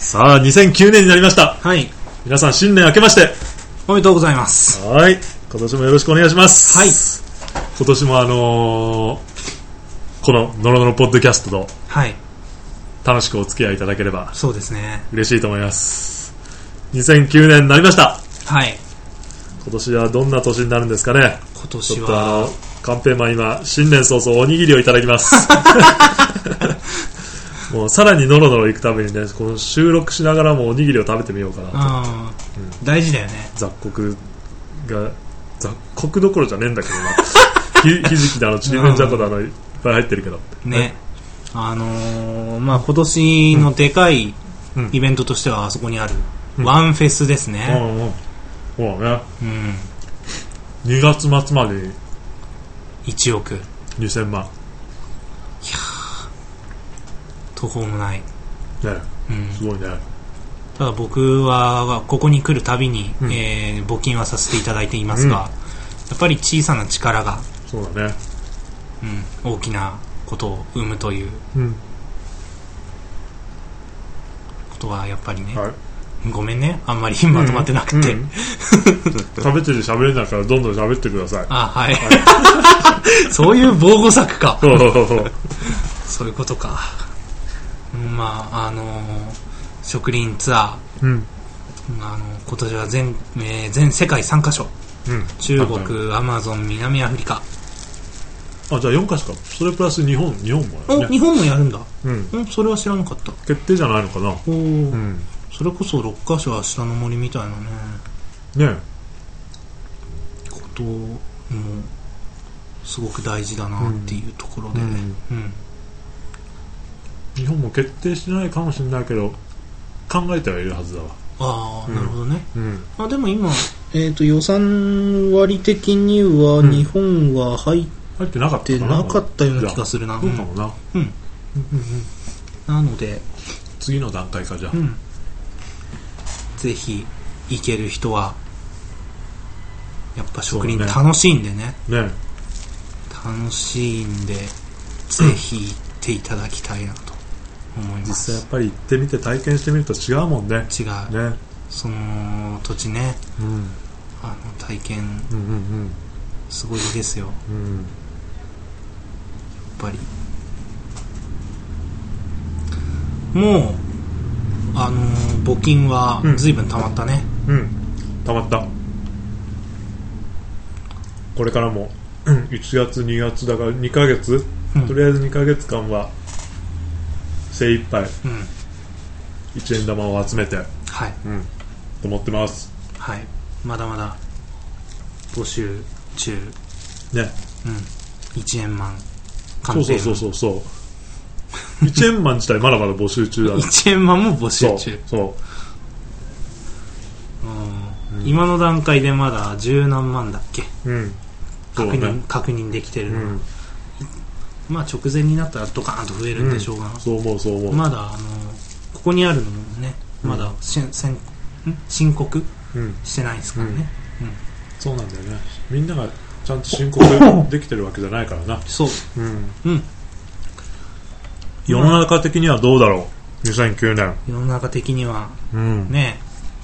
さあ2009年になりました。 はい。 皆さん新年明けましておめでとうございます。 はい。今年もよろしくお願いします。 はい。 今年もこのノロノロポッドキャストとはい楽しくお付き合いいただければそうですね。 嬉しいと思います。2009年になりました。 はい。 今年はどんな年になるんですかね。 今年ちょっとはカンペンマン今新年早々おにぎりをいただきますもうさらにノロノロ行くためにね、この収録しながらもおにぎりを食べてみようかなと。 大事だよね。 雑穀どころじゃねえんだけどなひじきだちりめんじゃこだいっぱい入ってるけどね。まあ今年のでかいイベントとしてはあそこにあるワンフェスですね。 そうね。2月末までに 1億 2000万。 いや途方もないね。 すごいね。 ただ僕はここに来るたびに、募金はさせていただいていますが、やっぱり小さな力がそうだね、 大きなことを生むという、ことはやっぱりね、ごめんねあんまりまとまってなくて、 食べてて喋れないからどんどん喋ってください。 はい、そういう防護策かそういうことか。まあ植林ツアー、今年は全世界3カ所、中国、アマゾン、南アフリカ。 じゃあ4カ所か。それプラス日本もやるね。 日本もやるんだ。それは知らなかった。 決定じゃないのかな。 それこそ6カ所は下の森みたいなねこともすごく大事だなっていうところで、 日本も決定してないかもしれないけど考えてはいるはずだわ。 なるほどね。でも今、予算割的には日本は入ってなかったような気がするな。 そうかもな。 なので次の段階か。じゃあ、 ぜひ行ける人はやっぱ植林楽しいんでね。楽しいんで、ぜひ行っていただきたいなと思います。 実際やっぱり行ってみて体験してみると違うもんね。 違うね。その土地ね、体験、すごいですよ。やっぱりもう募金は随分溜まったね。 溜まった。これからも1月2月だから2ヶ月、とりあえず2ヶ月間は精一杯1円玉を集めて、と思ってます。 まだまだ募集中ね。 1円満。 そう1円満自体まだまだ募集中だね。 1円満も募集中。今の段階でまだ10何万だっけ、確認できてるのは、まあ直前になったらドカーンと増えるんでしょうが、 そう思う。 まだここにあるのもね、まだ申告してないですからね。 そうなんだよね。みんながちゃんと申告できてるわけじゃないからな。世の中的にはどうだろう。2009年世の中的にはね、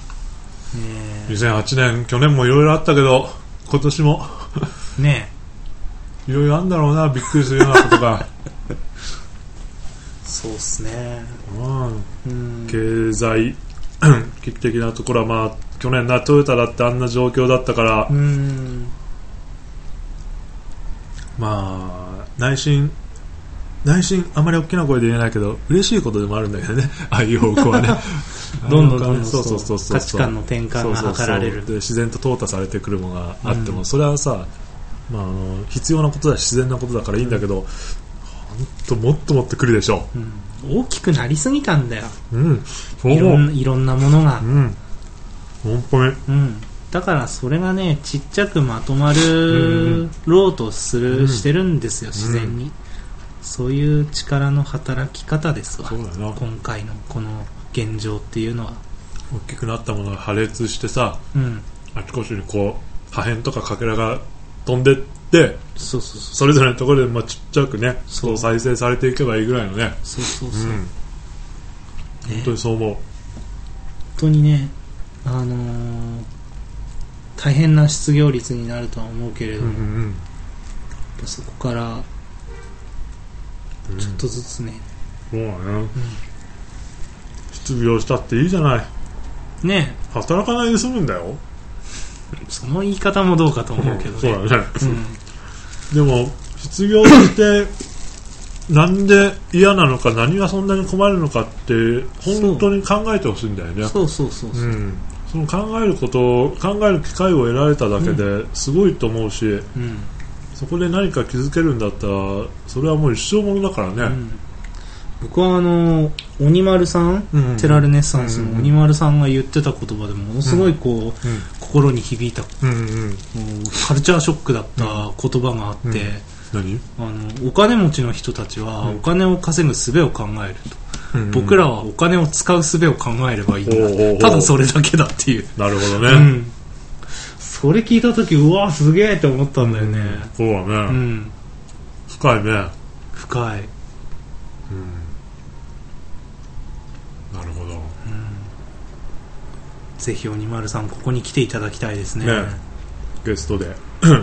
2008年去年もいろいろあったけど今年もねいろいろあるんだろうな。びっくりするようなことがそうっすね。 経済危機的なところは去年トヨタだってあんな状況だったから内心あまり大きな声で言えないけど嬉しいことでもあるんだけどね。ああいう方向はねどんどん価値観の転換が図られる。 で自然と淘汰されてくるものがあっても、それはさ、必要なことだし自然なことだからいいんだけど、もっともっと来るでしょ大きくなりすぎたんだよ。いろんなものが、 本当に、 だからそれがねちっちゃくまとまるろうとしてるんですよ、自然に。そういう力の働き方ですわ。今回のこの現状っていうのは大きくなったものが破裂してさ、あちこちに破片とかかけらが飛んでってそれぞれのところでちっちゃくね再生されていけばいいぐらいのね。 本当にそう思う。 当にね、大変な失業率になるとは思うけれども、やっぱそこからちょっとずつね、 そうだね、失業したっていいじゃないね。 働かないで済むんだよ。 その言い方もどうかと思うけどね、 そうだね、でも失業してなんで嫌なのか、何がそんなに困るのかって本当に考えてほしいんだよね。 そう、 その考える機会を得られただけですごいと思うし、そこで何か気づけるんだったらそれはもう一生ものだからね。 僕は鬼丸さん、テラルネッサンスの鬼丸さんが言ってた言葉でものすごいこう、心に響いた、カルチャーショックだった言葉があって、 何？ お金持ちの人たちはお金を稼ぐ術を考えると、僕らはお金を使う術を考えればいいんだ、ただそれだけだっていう。 なるほどね、 それ聞いた時うわすげえって思ったんだよね。 そうだね、深いね。 深い、 なるほど、 ぜひ鬼丸さんここに来ていただきたいですね、 ゲストで確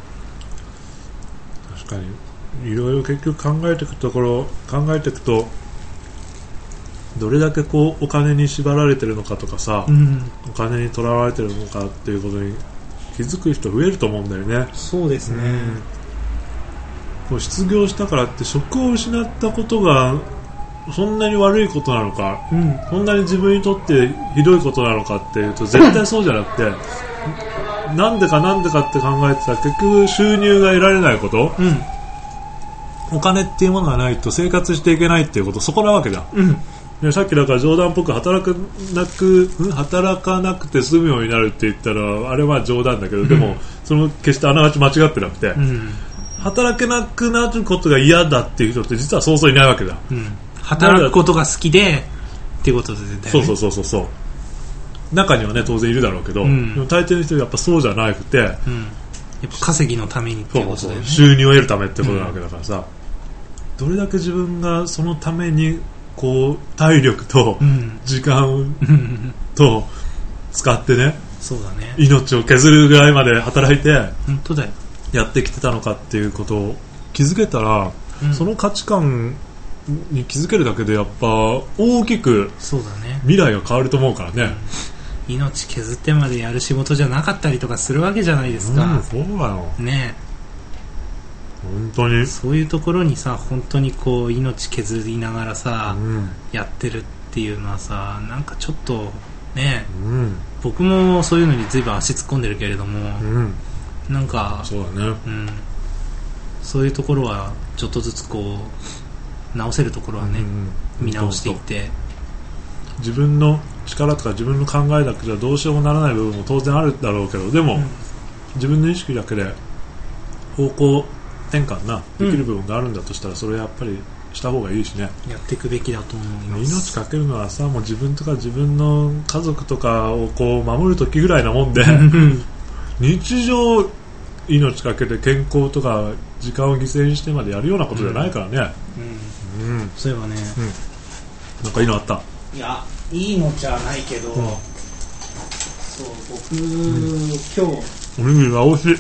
かにいろいろ結局考えていくとどれだけこうお金に縛られてるのかとかさ、お金にとらわれてるのかっていうことに気づく人増えると思うんだよね。 そうですね、 こう失業したからって職を失ったことがそんなに悪いことなのか、そんなに自分にとってひどいことなのかっていうと絶対そうじゃなくてなんでかって考えてたら結局収入が得られないこと、お金っていうものがないと生活していけないっていうこと、そこなわけだ、でさっきだから冗談っぽく働かなくて済むようになるって言ったらあれは冗談だけど、でもその決してあながち間違ってなくて、働けなくなることが嫌だっていう人って実はそうそういないわけだ、 働くことが好きでっていうことで、ね、 そう中にはね当然いるだろうけど、でも大抵の人はやっぱそうじゃなくて、やっぱ稼ぎのためにっていうことだよね。 収入を得るためってことなわけだからさ、どれだけ自分がそのためにこう体力と時間と使ってね、 そうだね、 命を削るぐらいまで働いて本当だよやってきてたのかっていうことを気づけたら、その価値観に気づけるだけでやっぱ大きく未来が変わると思うからね、 命削ってまでやる仕事じゃなかったりとかするわけじゃないですか、 そうだよね。 本当にそういうところにさ本当にこう命削りながらさ、やってるっていうのはさなんかちょっとね、僕もそういうのに随分足突っ込んでるけれども、なんかそうだね、 そういうところはちょっとずつこう直せるところはね、見直していって自分の力とか自分の考えだけじゃどうしようもならない部分も当然あるだろうけど、でも、自分の意識だけで方向転換できる部分があるんだとしたら、それやっぱりした方がいいしね、 やっていくべきだと思います。 命かけるのはさもう自分とか自分の家族とかをこう守る時ぐらいなもんで日常命かけて健康とか時間を犠牲にしてまでやるようなことじゃないからね、 そういえばね、 なんかいいのあった？ いやいいのじゃないけど、そう僕、今日おにぎりが美味しい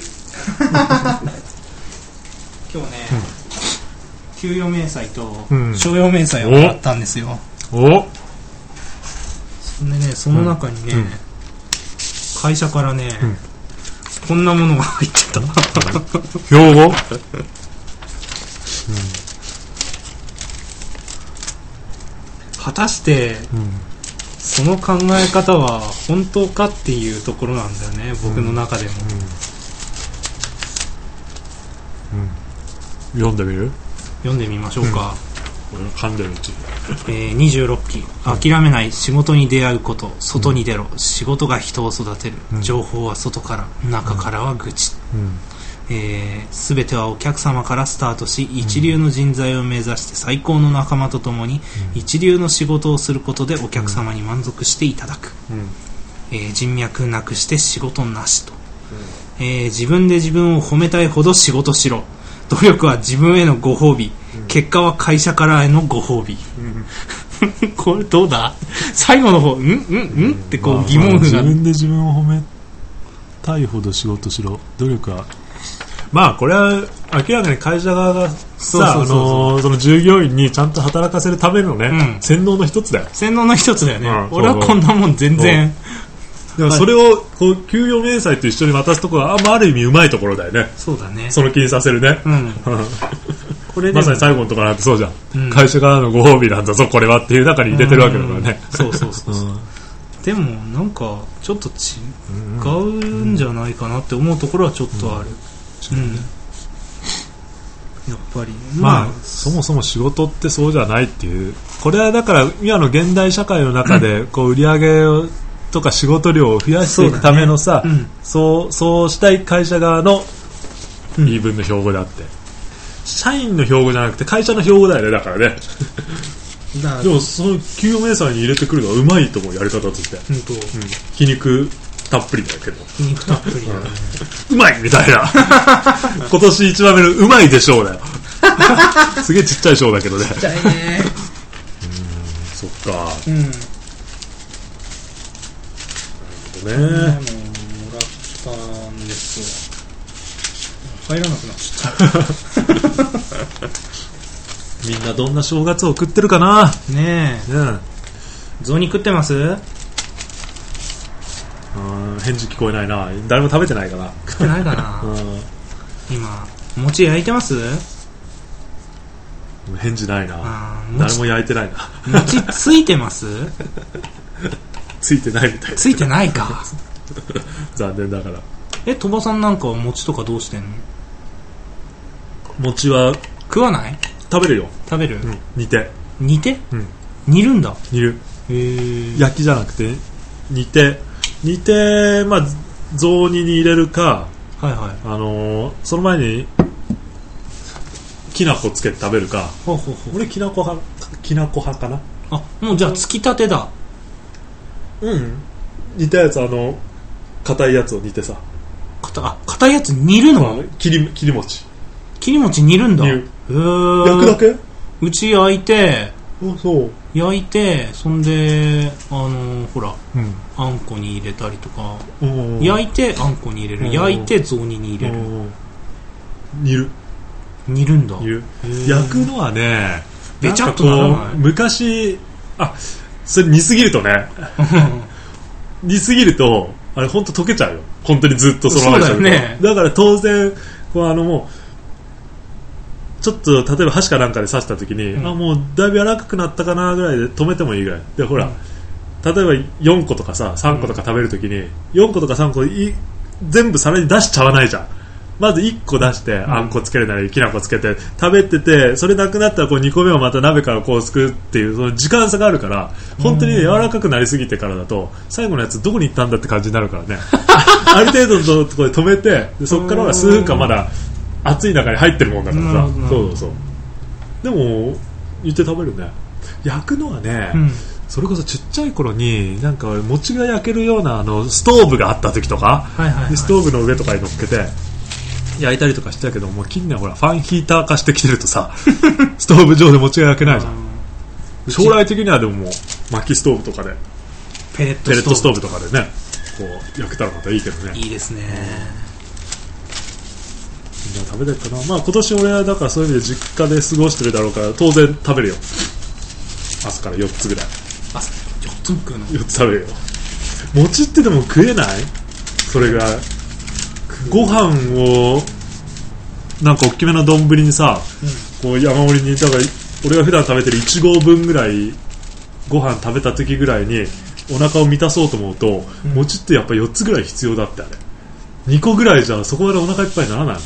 今日ね、給与明細と賞与明細をもらったんですよ。そんでね、その中にね、会社からね、こんなものが入ってた標語果たして、その考え方は本当かっていうところなんだよね、僕の中でも。 読んでみる？ 読んでみましょうか。 噛んでるうち。 26期、諦めない、仕事に出会うこと、外に出ろ、仕事が人を育てる、情報は外から、中からは愚痴。すべてはお客様からスタートし、一流の人材を目指して最高の仲間とともに、一流の仕事をすることでお客様に満足していただく。人脈なくして仕事なしと。自分で自分を褒めたいほど仕事しろ。努力は自分へのご褒美、結果は会社からへのご褒美。これどうだ？ 最後の方ってこう疑問符が、 自分で自分を褒めたいほど仕事しろ、努力はまあこれは明らかに会社側がさ、その従業員にちゃんと働かせるためのね、洗脳の一つだよ。 洗脳の一つだよね、俺はこんなもん全然。 でもそれをこう給与明細と一緒に渡すところはある意味うまいところだよね。 そうだね。 その気にさせるね。 これまさに最後のところなんてそうじゃん、会社側のご褒美なんだぞこれはっていう中に入れてるわけだからね。 そうでもなんかちょっと違うんじゃないかなって思うところはちょっとある。やっぱりまあそもそも仕事ってそうじゃないっていう、これはだから今の現代社会の中でこう売り上げをとか仕事量を増やしていくためのさ、そうしたい会社側の言い分の標語であって、社員の標語じゃなくて会社の標語だよね。だからねでもその給与明細に入れてくるのはうまいと思う、やり方として。皮肉たっぷりだけど、 皮肉たっぷりだねうまいみたいな今年一番目のうまいでしょうだよすげえちっちゃい賞だけどね。 ちっちゃいねそっか。 もらったんですよ。入らなくなっちゃったみんなどんな正月を送ってるかなねえ。雑煮食ってます？ 返事聞こえないな。誰も食べてないかな。 食ってないかな今餅焼いてます？ 返事ないな。誰も焼いてないな。 餅ついてます？ ついてないみたい。 ついてないか残念だから。 鳥羽さんなんかは餅とかどうしてんの？ 餅は食わない？ 食べるよ。 食べる？ 煮て煮るんだ。 煮る。焼きじゃなくて煮て、まあ雑煮に入れるか、その前にきな粉つけて食べるか。俺きな粉派かな。 もうじゃあつきたてだ。 煮たやつ、硬いやつを煮てさ。 硬いやつ煮るの？ 切り餅煮るんだ。 焼くだけ？ うち焼いて、 そう焼いて、そんでほら、あんこに入れたりとか、焼いてあんこに入れる、焼いて雑煮に入れる。煮るんだ。 焼くのはね、 べちゃっとならない？ 昔それ煮すぎるとね煮すぎるとあれ本当溶けちゃうよ。本当にずっとそのままにしてると。だから当然もうちょっと例えば箸かなんかで刺した時に、もうだいぶ柔らかくなったかなぐらいで止めてもいいぐらいで、ほら、例えば4個とかさ3個とか食べる時に、4個とか3個全部皿に出しちゃわないじゃん。まず1個出してあんこつけるなりきな粉つけて食べてて、それなくなったらこう2個目をまた鍋からこうすくっていうその時間差があるから、本当に、柔らかくなりすぎてからだと最後のやつどこに行ったんだって感じになるからねある程度のところで止めて、そこからは数分間まだ熱い中に入ってるもんだからさ。そうでも煮て食べるね。焼くのはね、それこそちっちゃい頃になんか餅が焼けるようなストーブがあった時とか、でストーブの上とかに乗っけて焼いたりとかしてたけど、もう近年ほらファンヒーター化してきてるとさストーブ上で餅が焼けないじゃん。将来的にはでももう薪ストーブとかでペレットストーブとかでね、こう焼けたらまたいいけどね。 いいですね。 みんな食べてるかな。まあ今年俺はだからそういう意味で実家で過ごしてるだろうから当然食べるよ。朝から4つぐらい。 朝4つも食うの？ 4つ食べるよ。餅ってでも食えない？それがご飯をなんか大きめの丼にさ、こう山盛りに、だから俺が普段食べてる1合分ぐらいご飯食べた時ぐらいにお腹を満たそうと思うと、餅ってやっぱ4つぐらい必要だって。あれ2個ぐらいじゃそこまでお腹いっぱいにならない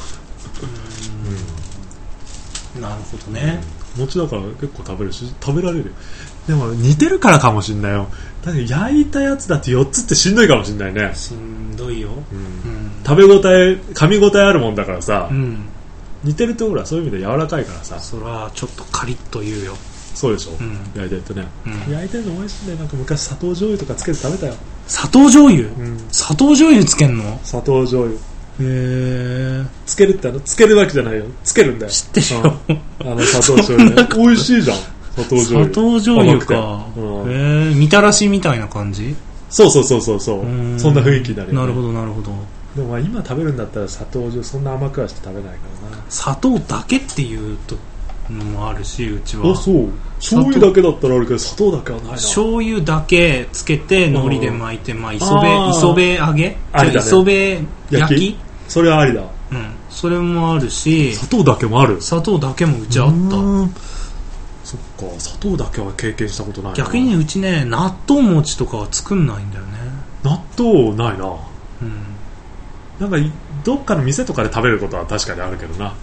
の。 なるほどね。 餅だから結構食べるし食べられるよ。でも似てるからかもしんないよ。だけど焼いたやつだって4つってしんどいかもしんないね。 しんどいよ、 食べ応え噛み応えあるもんだからさ、似てるとほらそういう意味で柔らかいからさ。 それはちょっとカリッと言うよ。 そうでしょ、焼いてるとね、焼いてるの美味しいね。なんか昔砂糖醤油とかつけて食べたよ。 砂糖醤油、砂糖醤油つけんの？ 砂糖醤油つけるってつけるわけじゃないよ。つけるんだよ。 知ってるよ、 砂糖醤油ね美味しいじゃん。 砂糖醤油か、みたらしみたいな感じ。 そうそんな雰囲気になるよね。 なるほどなるほど。 でもまあ今食べるんだったら砂糖醤油そんな甘くはして食べないからな。 砂糖だけっていうのもあるし、うちは。 あ、そう。醤油だけだったらあるけど砂糖だけはないな。 醤油だけつけて海苔で巻いて、まあ磯辺揚げ、磯辺焼き、 それはありだ。 うん、それもあるし、 砂糖だけもある。 砂糖だけもうちあった。 そっか、砂糖だけは経験したことないな。 逆にね、うちね、納豆餅とかは作んないんだよね。 納豆ないな。 うん。 なんかどっかの店とかで食べることは確かにあるけどな。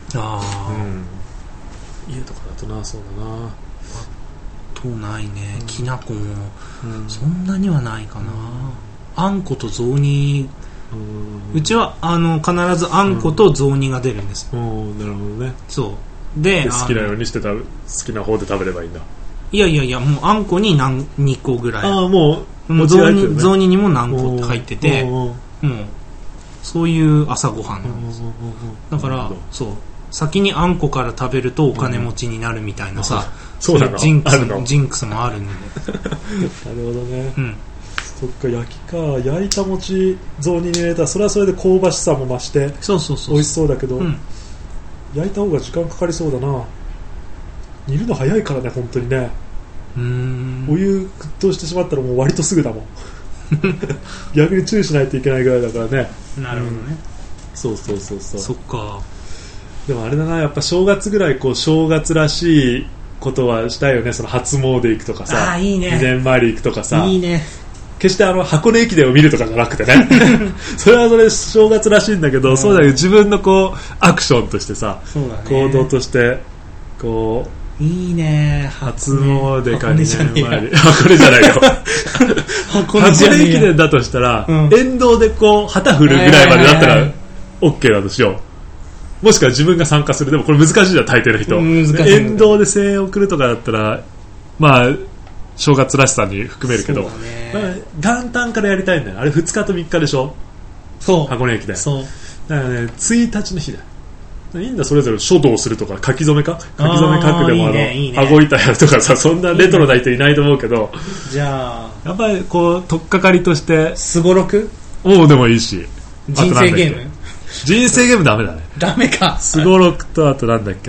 家とかだとな、そうだな。 とないね。きなこもそんなにはないかな。あんこと雑煮、うちは必ずあんこと雑煮が出るんですよ。 なるほどね。 そうで、 好きなようにして好きな方で食べればいいんだ。 いやもうあんこに2個ぐらい。 もう雑煮にも何個って入ってて、もうそういう朝ごはんなんです。だからそう、先にあんこから食べるとお金持ちになるみたいなさ、 そうなの。 ジンクスもあるんで。 なるほどね。そっか、焼きか。焼いた餅雑煮に入れたらそれはそれで香ばしさも増して美味しそうだけど、焼いた方が時間かかりそうだな。煮るの早いからね、本当にね。お湯沸騰してしまったらもう割とすぐだもん。逆に注意しないといけないぐらいだからね。 なるほどね。 そうそっか。 でもあれだな、やっぱ正月ぐらいこう正月らしいことはしたいよね。その初詣行くとかさ、 いいね、 二年参り行くとかさ、 いいね。 決して箱根駅伝を見るとかじゃなくてね。それはそれ正月らしいんだけど、そうだけど自分のこうアクションとしてさ、行動としてこう、 いいね。 初詣か二年参り、箱根じゃないよ。箱根駅伝だとしたら、沿道でこう旗振るぐらいまでだったら OK だとしよう。もしくは自分が参加する。でもこれ難しいじゃん、大抵の人。沿道で声援を送るとかだったら、まあ正月らしさに含めるけど、元旦からやりたいんだよ。あれ2日と3日でしょ。 そう、 箱根駅伝。 そうだからね、1日の日だ。いいんだ、それぞれ書道するとか書き初め書くでも顎板やるとかさ、そんなレトロな人いないと思うけど、 じゃあやっぱりこう取っかかりとしてすごろくでもいいし、 人生ゲーム。 人生ゲームダメだね。 ダメか。 すごろくと、あとなんだっけ、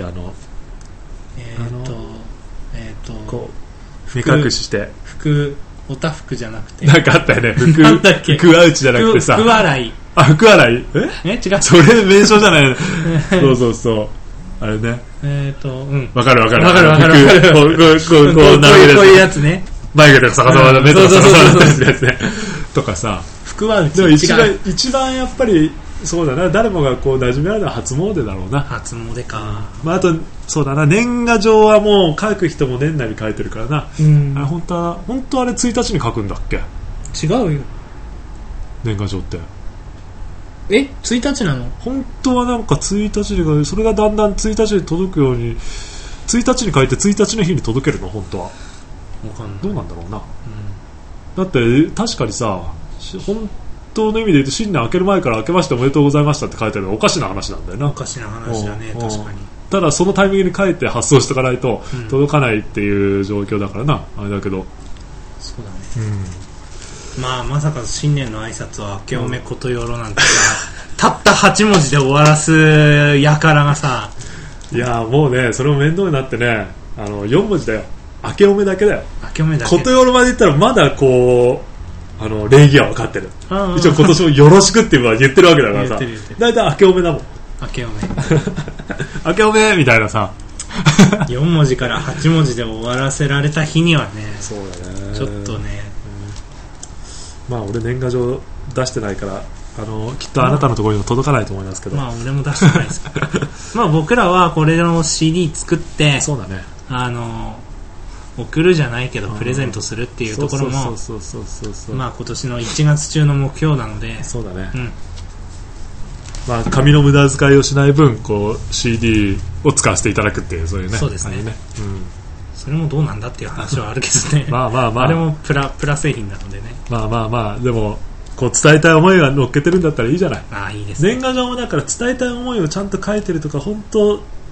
こう目隠ししておたふくじゃなくてなんかあったよね。 なんだっけ、 福あうちじゃなくてさ、 福笑い。 福笑い、 違う、 それ名称じゃない。そうあれね。わかるこうこういうやつね。 眉毛で逆さまの目とか逆さまのやつねとかさ、 福はうち。 でも一番やっぱりそうだな、誰もがこう馴染みあるのは初詣だろうな。 初詣か。 あとそうだな、年賀状はもう書く人も年内に書いてるからな。あれ本当あれ1日に書くんだっけ。 違うよ、 年賀状って。 1日なの？ 本当はなんか1日に、それがだんだん1日に届くように、1日に書いて1日の日に届けるの、本当は。 わかんない。 どうなんだろうな。だって確かにさ、本当の意味で言うと新年明ける前から明けましておめでとうございましたって書いてあるのはおかしな話なんだよな。 おかしな話だね、確かに。 ただそのタイミングに書いて発送しておかないと届かないっていう状況だからな、あれだけど。 そうだね。まさか新年の挨拶は明けおめことよろなんてさ、たった8文字で終わらすやからがさ、 いやもうね、それも面倒になってね、4文字だよ。明けおめだけだよ。 明けおめだけ。 ことよろまで言ったらまだこう礼儀は分かってる。一応今年もよろしくっていうのは言ってるわけだからさ、だいたい明けおめだもん。 明けおめ明けおめみたいなさ 4文字から8文字で終わらせられた日にはね、 そうだね、 ちょっとね、 まあ俺年賀状出してないからきっとあなたのところにも届かないと思いますけど、 俺も出してないですまあ僕らはこれの CD 作って、 そうだね、 送るじゃないけどプレゼントするっていうところもまあ今年の1月中の目標なので、 そうだね、まあ紙の無駄遣いをしない分こう CD を使わせていただくっていう、そういうね、 そうですね、それもどうなんだっていう話はあるけどねまああれもプラ製品なのでね、 まあでもこう伝えたい思いが乗っけてるんだったらいいじゃない。 いいですね。 年賀状もだから伝えたい思いをちゃんと書いてるとか、本当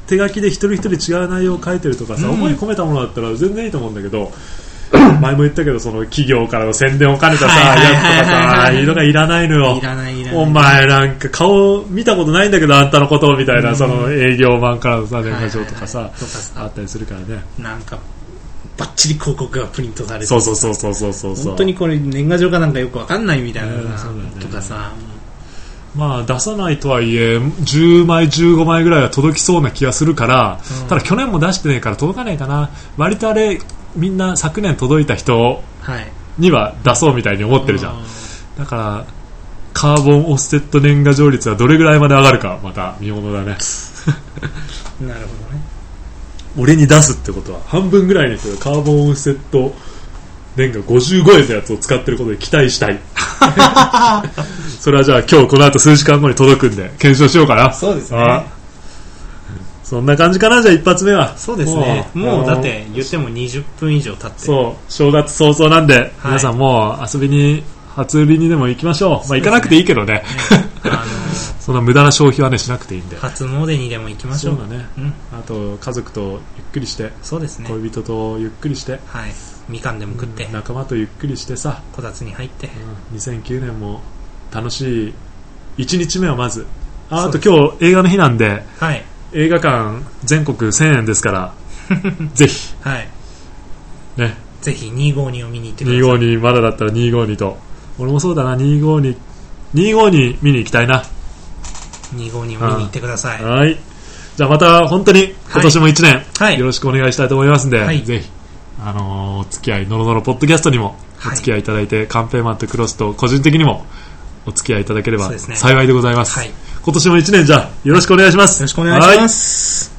手書きで一人一人違う内容を書いてるとかさ、思い込めたものだったら全然いいと思うんだけど、前も言ったけどその企業からの宣伝を兼ねたさ、やつとかさ、ああいうのがいらないのよ。お前なんか顔見たことないんだけどあんたのことをみたいな、その営業マンからのさ年賀状とかさ、あったりするからね。 なんかバッチリ広告がプリントされて、 そう本当にこれ年賀状かなんかよくわかんないみたいなとかさ、 まあ出さないとはいえ10枚15枚ぐらいは届きそうな気がするから、ただ去年も出してねえから届かないかな。割とあれみんな昨年届いた人には出そうみたいに思ってるじゃん。だからカーボンオフセット年賀状率はどれぐらいまで上がるかまた見ものだね。 なるほどね。 俺に出すってことは半分ぐらいの人がカーボンオフセット年賀55円のやつを使ってることで期待したい。それはじゃあ今日この後数時間後に届くんで検証しようかな。 そうですね。 そんな感じかな。じゃあ一発目はそうですね。もうだって言っても20分以上経って、 そう正月早々なんで、皆さんもう遊びに初売りにでも行きましょう。まあ行かなくていいけどね。そんな無駄な消費はねしなくていいんで、 初詣にでも行きましょう。 そうだね、あと家族とゆっくりして、 そうですね、 恋人とゆっくりして、 はい、みかんでも食って、 仲間とゆっくりしてさ、 こたつに入って、 2009年も楽しい1日目はまず、あと今日映画の日なんで、はい、映画館全国1000円ですからぜひ、はいね、 ぜひ252を見に行ってください。 252まだだったら252と、俺もそうだな、252見に行きたいな。 252を見に行ってください。 はい。じゃあまた本当に今年も1年、よろしくお願いしたいと思いますんで、はい、ぜひお付き合いのろのろポッドキャストにもお付き合いいただいて、カンペーマンとクロスと個人的にもお付き合いいただければ幸いでございます。はい、今年も1年じゃあよろしくお願いします。 よろしくお願いします。